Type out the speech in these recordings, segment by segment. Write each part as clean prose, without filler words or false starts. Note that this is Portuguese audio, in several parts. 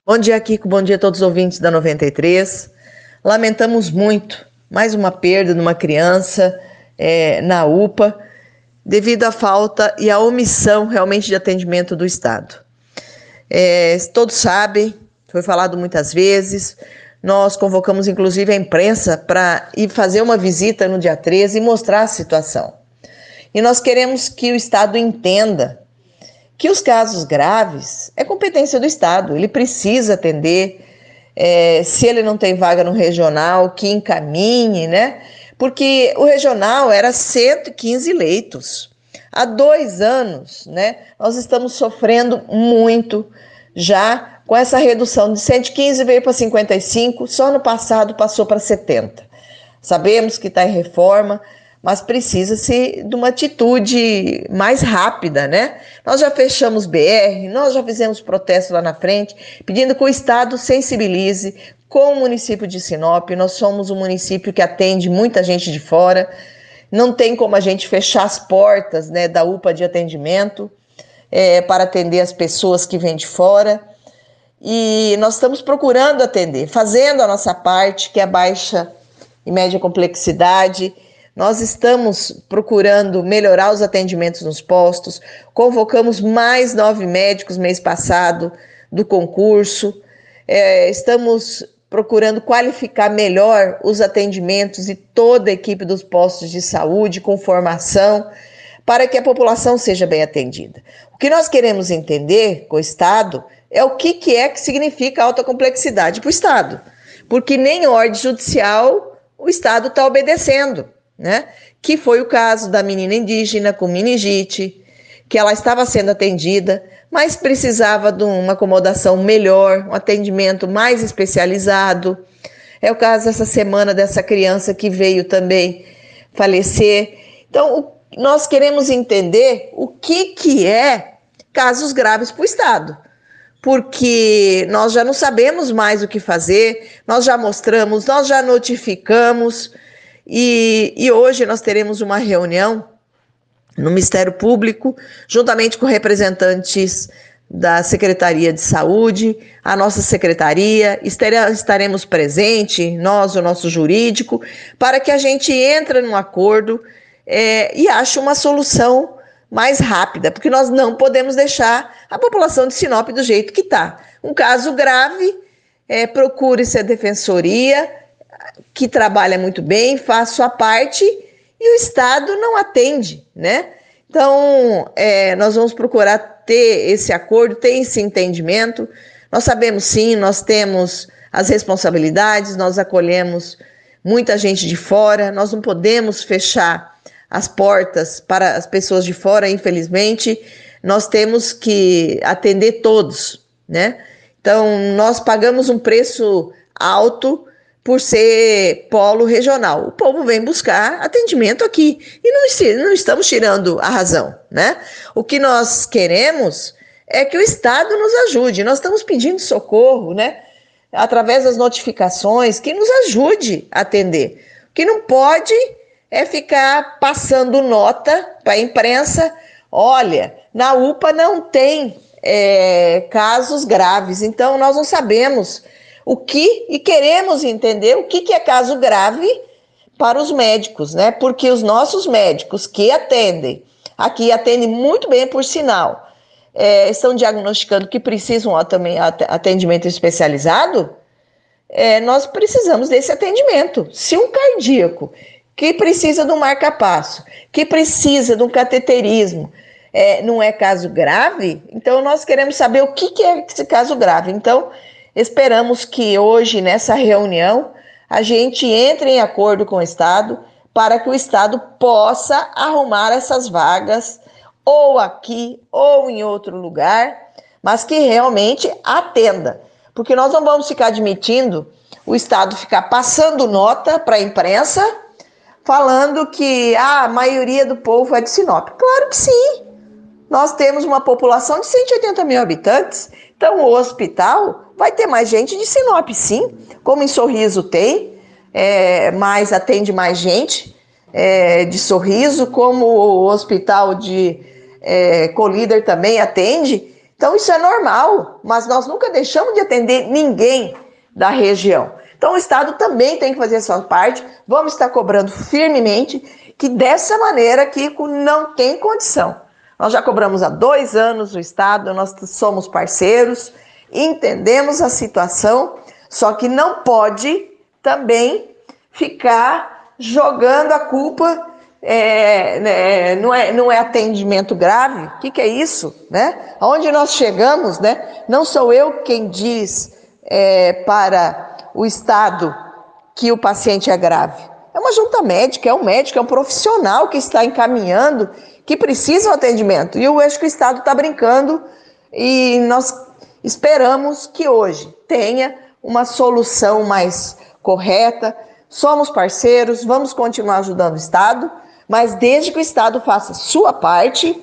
Bom dia, Kiko. Bom dia a todos os ouvintes da 93. Lamentamos muito mais uma perda de uma criança na UPA, devido à falta e à omissão realmente de atendimento do Estado. Todos sabem, foi falado muitas vezes, nós convocamos inclusive a imprensa para ir fazer uma visita no dia 13 e mostrar a situação. E nós queremos que o Estado entenda que os casos graves é competência do Estado, ele precisa atender, se ele não tem vaga no regional, que encaminhe, né? Porque o regional era 115 leitos. Há 2 anos, né, nós estamos sofrendo muito já com essa redução de 115 veio para 55, só no passado passou para 70. Sabemos que está em reforma, mas precisa-se de uma atitude mais rápida, né? Nós já fechamos BR, nós já fizemos protesto lá na frente, pedindo que o Estado sensibilize com o município de Sinop. Nós somos um município que atende muita gente de fora, não tem como a gente fechar as portas, né, da UPA de atendimento para atender as pessoas que vêm de fora. E nós estamos procurando atender, fazendo a nossa parte, que é a baixa e média complexidade. Nós estamos procurando melhorar os atendimentos nos postos, convocamos mais 9 médicos mês passado do concurso, estamos procurando qualificar melhor os atendimentos e toda a equipe dos postos de saúde com formação, para que a população seja bem atendida. O que nós queremos entender com o Estado é o que significa alta complexidade para o Estado, porque nem ordem judicial o Estado está obedecendo, né? Que foi o caso da menina indígena com meningite, que ela estava sendo atendida, mas precisava de uma acomodação melhor, um atendimento mais especializado. É o caso essa semana dessa criança que veio também falecer. Então, nós queremos entender o que é casos graves para o Estado, porque nós já não sabemos mais o que fazer, nós já mostramos, nós já notificamos, e hoje nós teremos uma reunião no Ministério Público, juntamente com representantes da Secretaria de Saúde, a nossa secretaria, estaremos presentes, nós, o nosso jurídico, para que a gente entre num acordo e ache uma solução mais rápida, porque nós não podemos deixar a população de Sinop do jeito que está. Um caso grave, procure-se a defensoria, que trabalha muito bem, faz sua parte, e o Estado não atende, né? Então, nós vamos procurar ter esse acordo, ter esse entendimento. Nós sabemos sim, nós temos as responsabilidades, nós acolhemos muita gente de fora, nós não podemos fechar as portas para as pessoas de fora, infelizmente, nós temos que atender todos, né? Então, nós pagamos um preço alto por ser polo regional. O povo vem buscar atendimento aqui e não estamos tirando a razão, né? O que nós queremos é que o Estado nos ajude. Nós estamos pedindo socorro, né? Através das notificações, que nos ajude a atender. O que não pode é ficar passando nota para a imprensa. Olha, na UPA não tem casos graves, então nós não sabemos e queremos entender o que é caso grave para os médicos, né? Porque os nossos médicos que atendem, aqui atendem muito bem, por sinal, estão diagnosticando que precisam também atendimento especializado, nós precisamos desse atendimento. Se um cardíaco que precisa de um marca-passo, que precisa de um cateterismo, não é caso grave, então nós queremos saber o que é esse caso grave. Então, esperamos que hoje, nessa reunião, a gente entre em acordo com o Estado para que o Estado possa arrumar essas vagas, ou aqui ou em outro lugar, mas que realmente atenda. Porque nós não vamos ficar admitindo o Estado ficar passando nota para a imprensa, falando que a maioria do povo é de Sinop. Claro que sim! Nós temos uma população de 180 mil habitantes, então o hospital vai ter mais gente de Sinop, sim, como em Sorriso tem, mas atende mais gente de Sorriso, como o hospital de Colíder também atende. Então isso é normal, mas nós nunca deixamos de atender ninguém da região. Então o Estado também tem que fazer a sua parte, vamos estar cobrando firmemente que dessa maneira Kiko não tem condição. Nós já cobramos há 2 anos o Estado, nós somos parceiros, entendemos a situação, só que não pode também ficar jogando a culpa, não é atendimento grave. O que é isso? Né? Aonde nós chegamos, né? Não sou eu quem diz para o Estado que o paciente é grave. É uma junta médica, é um médico, é um profissional que está encaminhando, que precisa de atendimento. E eu acho que o Estado está brincando e nós esperamos que hoje tenha uma solução mais correta. Somos parceiros, vamos continuar ajudando o Estado, mas desde que o Estado faça sua parte,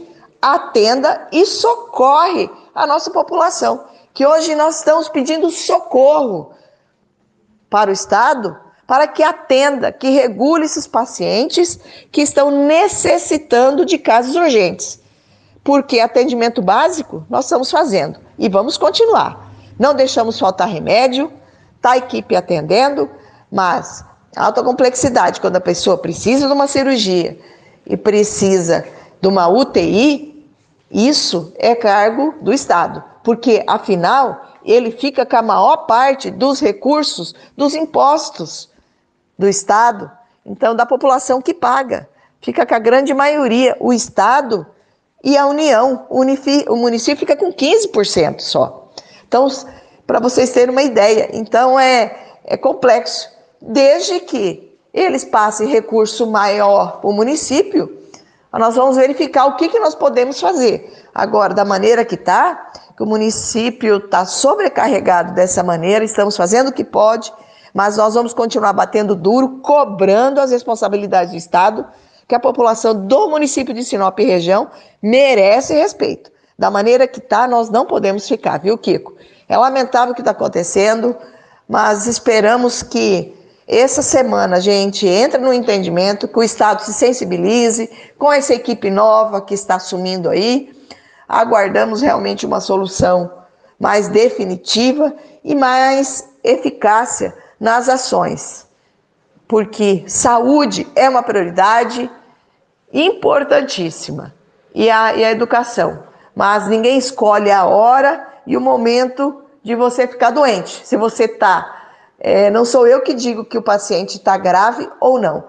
atenda e socorre a nossa população. Que hoje nós estamos pedindo socorro para o Estado, para que atenda, que regule esses pacientes que estão necessitando de casos urgentes. Porque atendimento básico nós estamos fazendo e vamos continuar. Não deixamos faltar remédio, está a equipe atendendo, mas alta complexidade, quando a pessoa precisa de uma cirurgia e precisa de uma UTI, isso é cargo do Estado, porque afinal ele fica com a maior parte dos recursos dos impostos do Estado, então da população que paga, fica com a grande maioria, o Estado e a União, o município fica com 15% só. Então, para vocês terem uma ideia, então é complexo. Desde que eles passem recurso maior para o município, nós vamos verificar o que nós podemos fazer. Agora, da maneira que está, que o município está sobrecarregado dessa maneira, estamos fazendo o que pode, mas nós vamos continuar batendo duro, cobrando as responsabilidades do Estado, que a população do município de Sinop e região merece respeito. Da maneira que está, nós não podemos ficar, viu, Kiko? É lamentável o que está acontecendo, mas esperamos que essa semana a gente entre no entendimento, que o Estado se sensibilize com essa equipe nova que está assumindo aí. Aguardamos realmente uma solução mais definitiva e mais eficácia nas ações, porque saúde é uma prioridade importantíssima e a educação, mas ninguém escolhe a hora e o momento de você ficar doente. Se você está, não sou eu que digo que o paciente está grave ou não,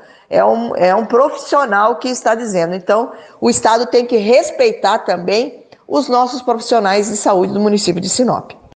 é um profissional que está dizendo. Então, o Estado tem que respeitar também os nossos profissionais de saúde do município de Sinop.